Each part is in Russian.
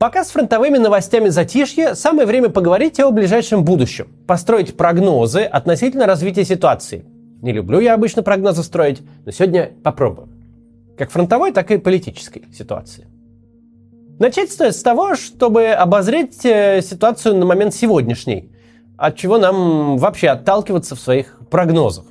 Пока с фронтовыми новостями затишье, самое время поговорить о ближайшем будущем, построить прогнозы относительно развития ситуации. Не люблю я обычно прогнозы строить, но сегодня попробуем. Как фронтовой, так и политической ситуации. Начать стоит с того, чтобы обозреть ситуацию на момент сегодняшний, от чего нам вообще отталкиваться в своих прогнозах.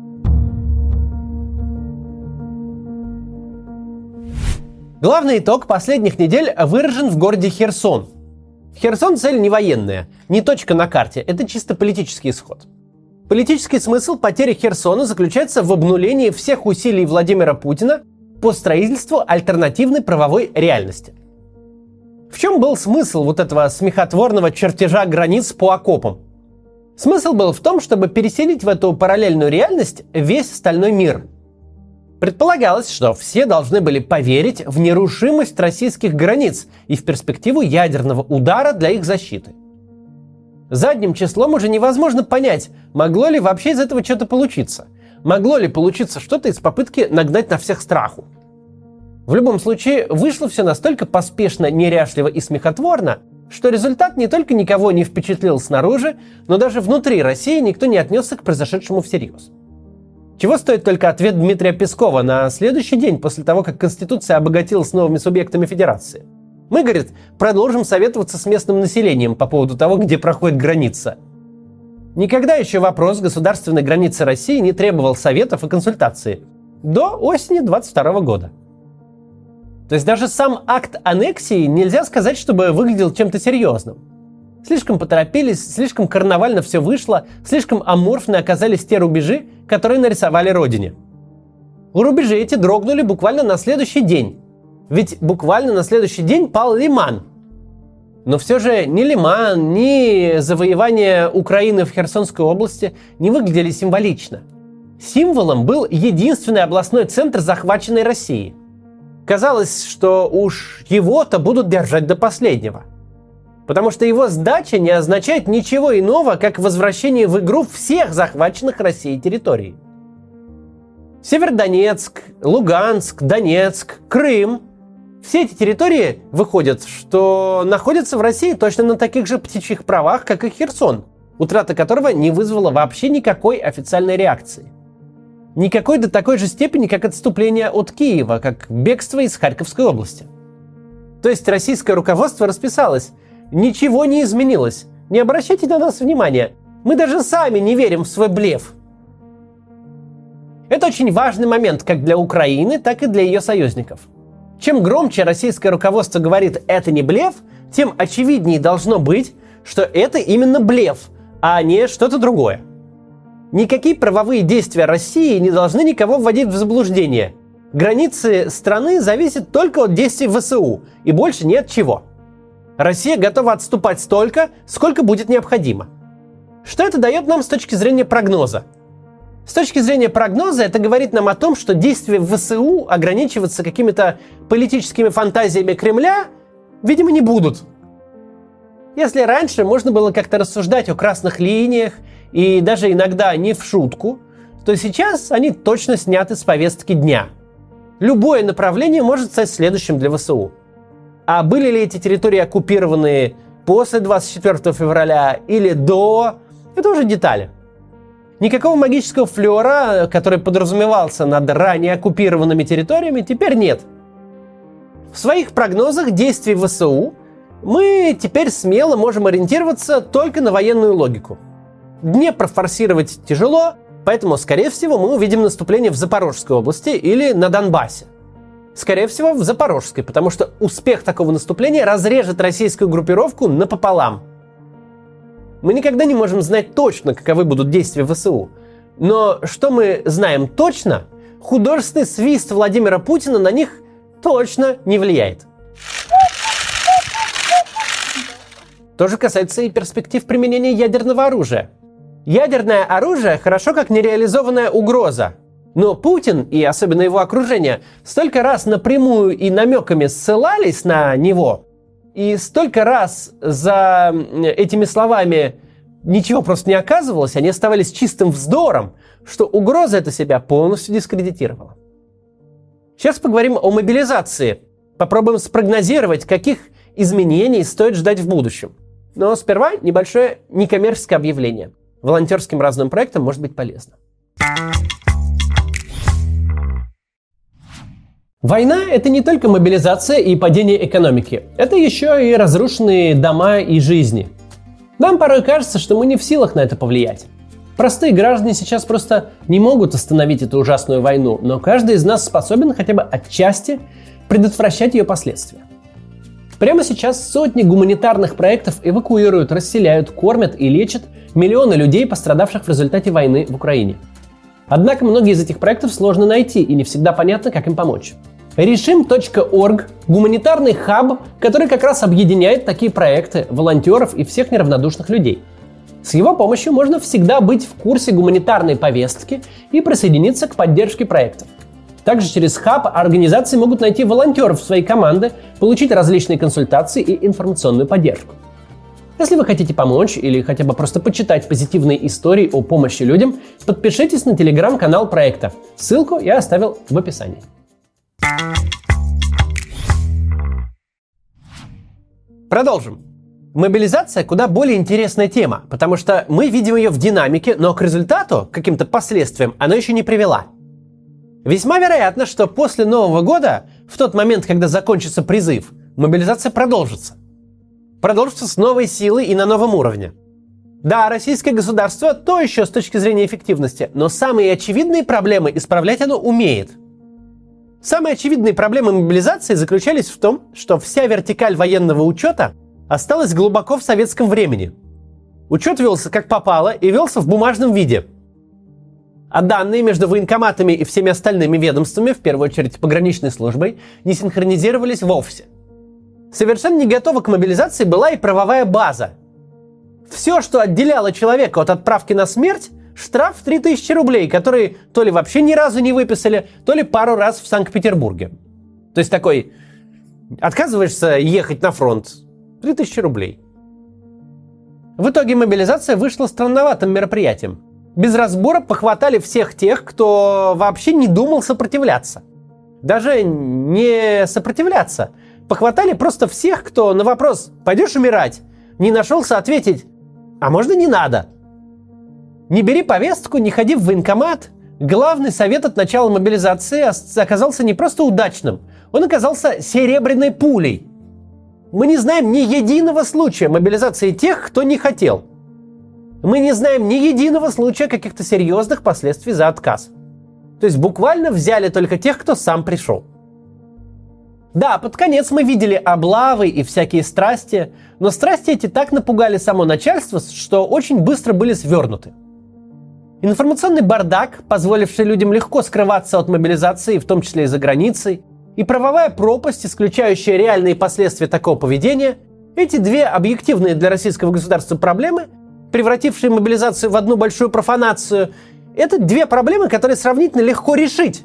Главный итог последних недель выражен в городе Херсон. Херсон цель не военная, не точка на карте, это чисто политический исход. Политический смысл потери Херсона заключается в обнулении всех усилий Владимира Путина по строительству альтернативной правовой реальности. В чем был смысл вот этого смехотворного чертежа границ по окопам? Смысл был в том, чтобы переселить в эту параллельную реальность весь остальной мир. Предполагалось, что все должны были поверить в нерушимость российских границ и в перспективу ядерного удара для их защиты. Задним числом уже невозможно понять, могло ли вообще из этого что-то получиться. Могло ли получиться что-то из попытки нагнать на всех страху. В любом случае, вышло все настолько поспешно, неряшливо и смехотворно, что результат не только никого не впечатлил снаружи, но даже внутри России никто не отнесся к произошедшему всерьез. Чего стоит только ответ Дмитрия Пескова на следующий день после того, как Конституция обогатилась новыми субъектами Федерации. Мы, говорит, продолжим советоваться с местным населением по поводу того, где проходит граница. Никогда еще вопрос государственной границы России не требовал советов и консультаций. До осени 2022 года. То есть даже сам акт аннексии нельзя сказать, чтобы выглядел чем-то серьезным. Слишком поторопились, слишком карнавально все вышло, слишком аморфны оказались те рубежи, которые нарисовали Родине. Рубежи эти дрогнули буквально на следующий день. Ведь буквально на следующий день пал Лиман. Но все же ни Лиман, ни завоевание Украины в Херсонской области не выглядели символично. Символом был единственный областной центр захваченной России. Казалось, что уж его-то будут держать до последнего. Потому что его сдача не означает ничего иного, как возвращение в игру всех захваченных Россией территорий. Северодонецк, Луганск, Донецк, Крым. Все эти территории, выходят, что находятся в России точно на таких же птичьих правах, как и Херсон, утрата которого не вызвала вообще никакой официальной реакции. Никакой до такой же степени, как отступление от Киева, как бегство из Харьковской области. То есть российское руководство расписалось. Ничего не изменилось. Не обращайте на нас внимания. Мы даже сами не верим в свой блеф. Это очень важный момент как для Украины, так и для ее союзников. Чем громче российское руководство говорит «это не блеф», тем очевиднее должно быть, что это именно блеф, а не что-то другое. Никакие правовые действия России не должны никого вводить в заблуждение. Границы страны зависят только от действий ВСУ, и больше ни от чего. Россия готова отступать столько, сколько будет необходимо. Что это дает нам с точки зрения прогноза? С точки зрения прогноза это говорит нам о том, что действия ВСУ ограничиваться какими-то политическими фантазиями Кремля, видимо, не будут. Если раньше можно было как-то рассуждать о красных линиях и даже иногда не в шутку, то сейчас они точно сняты с повестки дня. Любое направление может стать следующим для ВСУ. А были ли эти территории оккупированы после 24 февраля или до, это уже детали. Никакого магического флера, который подразумевался над ранее оккупированными территориями, теперь нет. В своих прогнозах действий ВСУ мы теперь смело можем ориентироваться только на военную логику. Днепр форсировать тяжело, поэтому, скорее всего, мы увидим наступление в Запорожской области или на Донбассе. Скорее всего, в Запорожской, потому что успех такого наступления разрежет российскую группировку напополам. Мы никогда не можем знать точно, каковы будут действия ВСУ. Но что мы знаем точно, художественный свист Владимира Путина на них точно не влияет. То же касается и перспектив применения ядерного оружия. Ядерное оружие хорошо как нереализованная угроза. Но Путин и особенно его окружение столько раз напрямую и намеками ссылались на него, и столько раз за этими словами ничего просто не оказывалось, они оставались чистым вздором, что угроза эта себя полностью дискредитировала. Сейчас поговорим о мобилизации. Попробуем спрогнозировать, каких изменений стоит ждать в будущем. Но сперва небольшое некоммерческое объявление. Волонтерским разным проектам может быть полезно. Война – это не только мобилизация и падение экономики. Это еще и разрушенные дома и жизни. Нам порой кажется, что мы не в силах на это повлиять. Простые граждане сейчас просто не могут остановить эту ужасную войну, но каждый из нас способен хотя бы отчасти предотвращать ее последствия. Прямо сейчас сотни гуманитарных проектов эвакуируют, расселяют, кормят и лечат миллионы людей, пострадавших в результате войны в Украине. Однако многие из этих проектов сложно найти, и не всегда понятно, как им помочь. Решим.орг – гуманитарный хаб, который как раз объединяет такие проекты, волонтеров и всех неравнодушных людей. С его помощью можно всегда быть в курсе гуманитарной повестки и присоединиться к поддержке проектов. Также через хаб организации могут найти волонтеров в своей команды, получить различные консультации и информационную поддержку. Если вы хотите помочь или хотя бы просто почитать позитивные истории о помощи людям, подпишитесь на телеграм-канал проекта. Ссылку я оставил в описании. Продолжим. Мобилизация куда более интересная тема, потому что мы видим ее в динамике, но к результату, к каким-то последствиям, она еще не привела. Весьма вероятно, что после Нового года, в тот момент, когда закончится призыв, мобилизация продолжится. Продолжится с новой силой и на новом уровне. Да, российское государство то еще с точки зрения эффективности, но самые очевидные проблемы исправлять оно умеет. Самые очевидные проблемы мобилизации заключались в том, что вся вертикаль военного учета осталась глубоко в советском времени. Учет велся как попало и велся в бумажном виде. А данные между военкоматами и всеми остальными ведомствами, в первую очередь пограничной службой, не синхронизировались вовсе. Совершенно не готова к мобилизации была и правовая база. Все, что отделяло человека от отправки на смерть, штраф в 3000 рублей, который то ли вообще ни разу не выписали, то ли пару раз в Санкт-Петербурге. То есть такой, отказываешься ехать на фронт, 3000 рублей. В итоге мобилизация вышла странноватым мероприятием. Без разбора похватали всех тех, кто вообще не думал сопротивляться. Даже не сопротивляться. Похватали просто всех, кто на вопрос «пойдешь умирать?» не нашелся ответить «а можно не надо?». Не бери повестку, не ходи в военкомат. Главный совет от начала мобилизации оказался не просто удачным, он оказался серебряной пулей. Мы не знаем ни единого случая мобилизации тех, кто не хотел. Мы не знаем ни единого случая каких-то серьезных последствий за отказ. То есть буквально взяли только тех, кто сам пришел. Да, под конец мы видели облавы и всякие страсти, но страсти эти так напугали само начальство, что очень быстро были свернуты. Информационный бардак, позволивший людям легко скрываться от мобилизации, в том числе и за границей, и правовая пропасть, исключающая реальные последствия такого поведения, эти две объективные для российского государства проблемы, превратившие мобилизацию в одну большую профанацию, это две проблемы, которые сравнительно легко решить.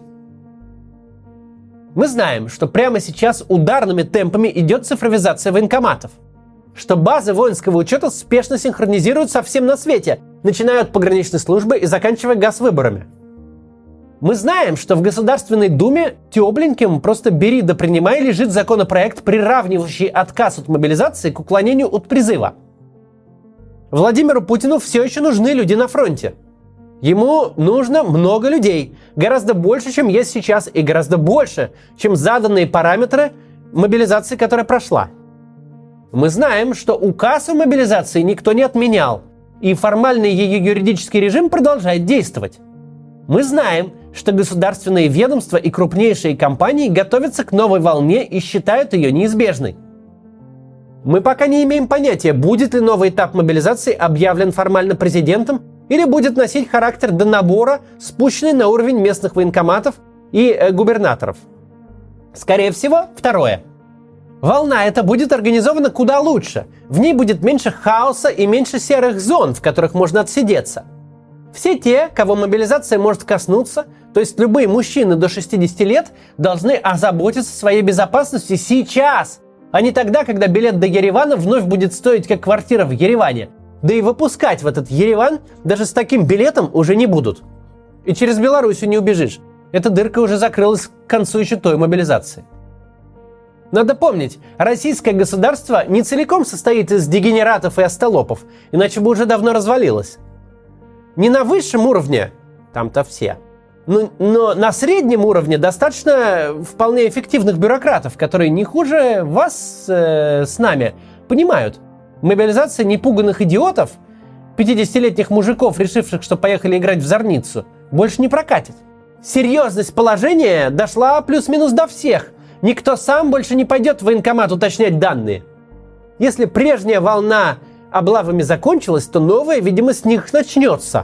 Мы знаем, что прямо сейчас ударными темпами идет цифровизация военкоматов, что базы воинского учета спешно синхронизируют со всем на свете, начиная от пограничной службы и заканчивая газвыборами. Мы знаем, что в Государственной Думе тепленьким просто бери да принимай лежит законопроект, приравнивающий отказ от мобилизации к уклонению от призыва. Владимиру Путину все еще нужны люди на фронте. Ему нужно много людей, гораздо больше, чем есть сейчас, и гораздо больше, чем заданные параметры мобилизации, которая прошла. Мы знаем, что указ о мобилизации никто не отменял, и формальный ее юридический режим продолжает действовать. Мы знаем, что государственные ведомства и крупнейшие компании готовятся к новой волне и считают ее неизбежной. Мы пока не имеем понятия, будет ли новый этап мобилизации объявлен формально президентом или будет носить характер донабора, спущенный на уровень местных военкоматов и губернаторов. Скорее всего, второе. Волна эта будет организована куда лучше. В ней будет меньше хаоса и меньше серых зон, в которых можно отсидеться. Все те, кого мобилизация может коснуться, то есть любые мужчины до 60 лет, должны озаботиться своей безопасностью сейчас, а не тогда, когда билет до Еревана вновь будет стоить как квартира в Ереване. Да и выпускать в этот Ереван даже с таким билетом уже не будут. И через Белоруссию не убежишь. Эта дырка уже закрылась к концу еще той мобилизации. Надо помнить, российское государство не целиком состоит из дегенератов и остолопов, иначе бы уже давно развалилось. Не на высшем уровне, там-то все, но на среднем уровне достаточно вполне эффективных бюрократов, которые не хуже вас с нами понимают. Мобилизация непуганных идиотов, 50-летних мужиков, решивших, что поехали играть в зорницу, больше не прокатит. Серьезность положения дошла плюс-минус до всех. Никто сам больше не пойдет в военкомат уточнять данные. Если прежняя волна облавами закончилась, то новая, видимо, с них начнется.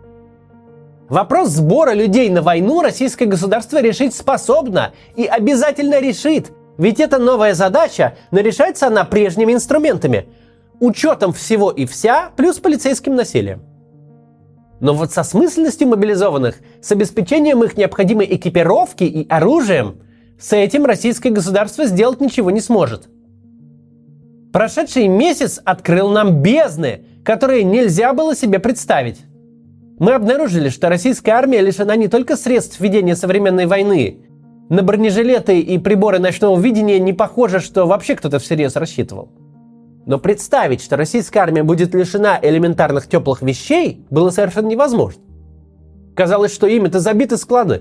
Вопрос сбора людей на войну российское государство решить способно и обязательно решит. Ведь это новая задача, но решается она прежними инструментами. Учетом всего и вся, плюс полицейским насилием. Но вот со смысленностью мобилизованных, с обеспечением их необходимой экипировки и оружием, с этим российское государство сделать ничего не сможет. Прошедший месяц открыл нам бездны, которые нельзя было себе представить. Мы обнаружили, что российская армия лишена не только средств ведения современной войны. На бронежилеты и приборы ночного видения не похоже, что вообще кто-то всерьез рассчитывал. Но представить, что российская армия будет лишена элементарных теплых вещей, было совершенно невозможно. Казалось, что ими-то забиты склады.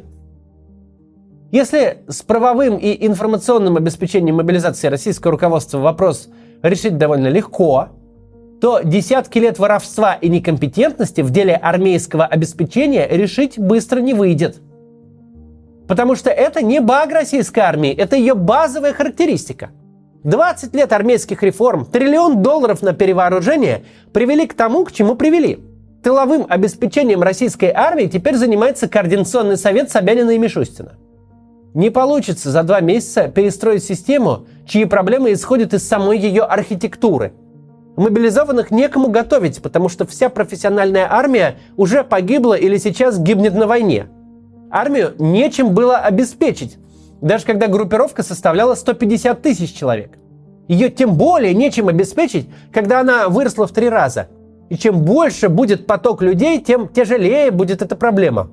Если с правовым и информационным обеспечением мобилизации российского руководства вопрос решить довольно легко, то десятки лет воровства и некомпетентности в деле армейского обеспечения решить быстро не выйдет. Потому что это не баг российской армии, это ее базовая характеристика. 20 лет армейских реформ, $1 триллион на перевооружение привели к тому, к чему привели. Тыловым обеспечением российской армии теперь занимается Координационный совет Собянина и Мишустина. Не получится за 2 месяца перестроить систему, чьи проблемы исходят из самой ее архитектуры. Мобилизованных некому готовить, потому что вся профессиональная армия уже погибла или сейчас гибнет на войне. Армию нечем было обеспечить, даже когда группировка составляла 150 тысяч человек. Ее тем более нечем обеспечить, когда она выросла в 3 раза. И чем больше будет поток людей, тем тяжелее будет эта проблема.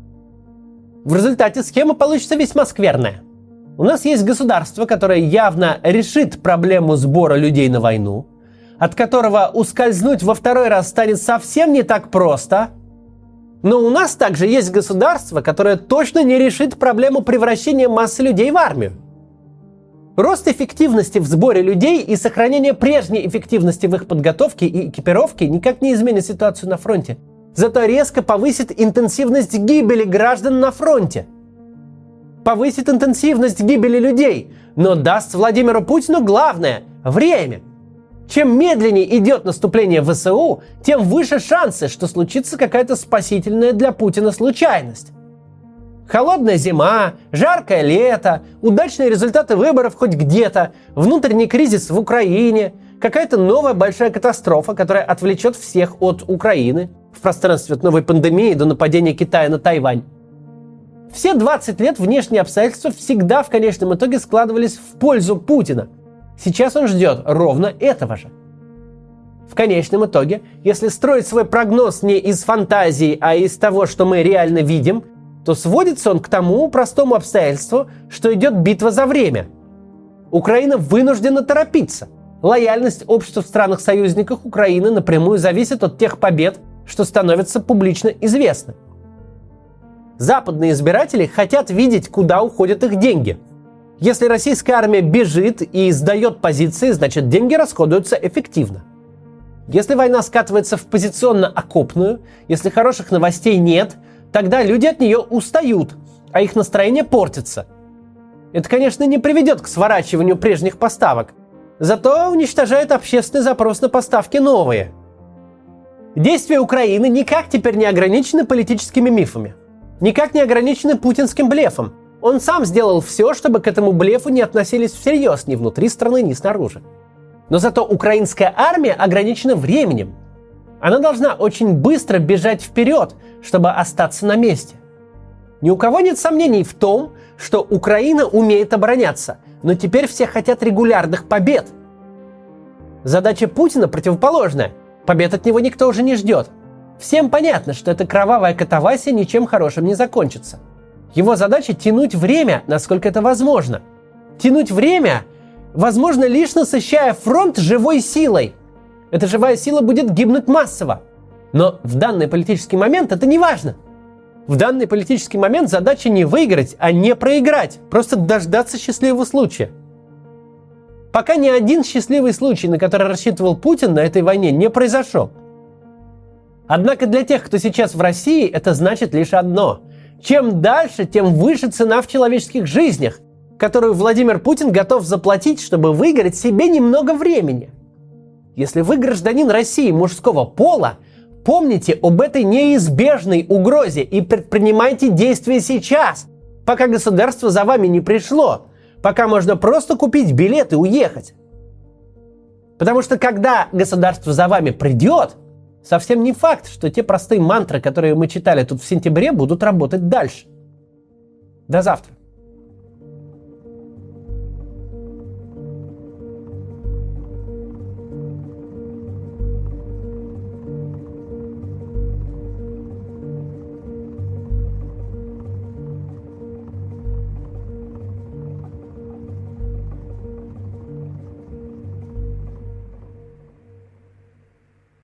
В результате схема получится весьма скверная. У нас есть государство, которое явно решит проблему сбора людей на войну, от которого ускользнуть во 2-й раз станет совсем не так просто. Но у нас также есть государство, которое точно не решит проблему превращения массы людей в армию. Рост эффективности в сборе людей и сохранение прежней эффективности в их подготовке и экипировке никак не изменит ситуацию на фронте. Зато резко повысит интенсивность гибели граждан на фронте. Повысит интенсивность гибели людей, но даст Владимиру Путину главное – время. Чем медленнее идет наступление ВСУ, тем выше шансы, что случится какая-то спасительная для Путина случайность. Холодная зима, жаркое лето, удачные результаты выборов хоть где-то, внутренний кризис в Украине, какая-то новая большая катастрофа, которая отвлечет всех от Украины в пространстве от новой пандемии до нападения Китая на Тайвань. Все 20 лет внешние обстоятельства всегда в конечном итоге складывались в пользу Путина. Сейчас он ждет ровно этого же. В конечном итоге, если строить свой прогноз не из фантазии, а из того, что мы реально видим, то сводится он к тому простому обстоятельству, что идет битва за время. Украина вынуждена торопиться. Лояльность общества в странах-союзниках Украины напрямую зависит от тех побед, что становятся публично известны. Западные избиратели хотят видеть, куда уходят их деньги. Если российская армия бежит и сдает позиции, значит деньги расходуются эффективно. Если война скатывается в позиционно-окопную, если хороших новостей нет, тогда люди от нее устают, а их настроение портится. Это, конечно, не приведет к сворачиванию прежних поставок, зато уничтожает общественный запрос на поставки новые. Действия Украины никак теперь не ограничены политическими мифами, никак не ограничены путинским блефом. Он сам сделал все, чтобы к этому блефу не относились всерьез ни внутри страны, ни снаружи. Но зато украинская армия ограничена временем. Она должна очень быстро бежать вперед, чтобы остаться на месте. Ни у кого нет сомнений в том, что Украина умеет обороняться, но теперь все хотят регулярных побед. Задача Путина противоположная. Побед от него никто уже не ждет. Всем понятно, что эта кровавая катавасия ничем хорошим не закончится. Его задача тянуть время, насколько это возможно. Тянуть время, возможно, лишь насыщая фронт живой силой. Эта живая сила будет гибнуть массово. Но в данный политический момент это не важно. В данный политический момент задача не выиграть, а не проиграть. Просто дождаться счастливого случая. Пока ни один счастливый случай, на который рассчитывал Путин на этой войне, не произошел. Однако для тех, кто сейчас в России, это значит лишь одно. Чем дальше, тем выше цена в человеческих жизнях, которую Владимир Путин готов заплатить, чтобы выиграть себе немного времени. Если вы гражданин России мужского пола, помните об этой неизбежной угрозе и предпринимайте действия сейчас, пока государство за вами не пришло, пока можно просто купить билет и уехать. Потому что когда государство за вами придет, совсем не факт, что те простые мантры, которые мы читали тут в сентябре, будут работать дальше. До завтра.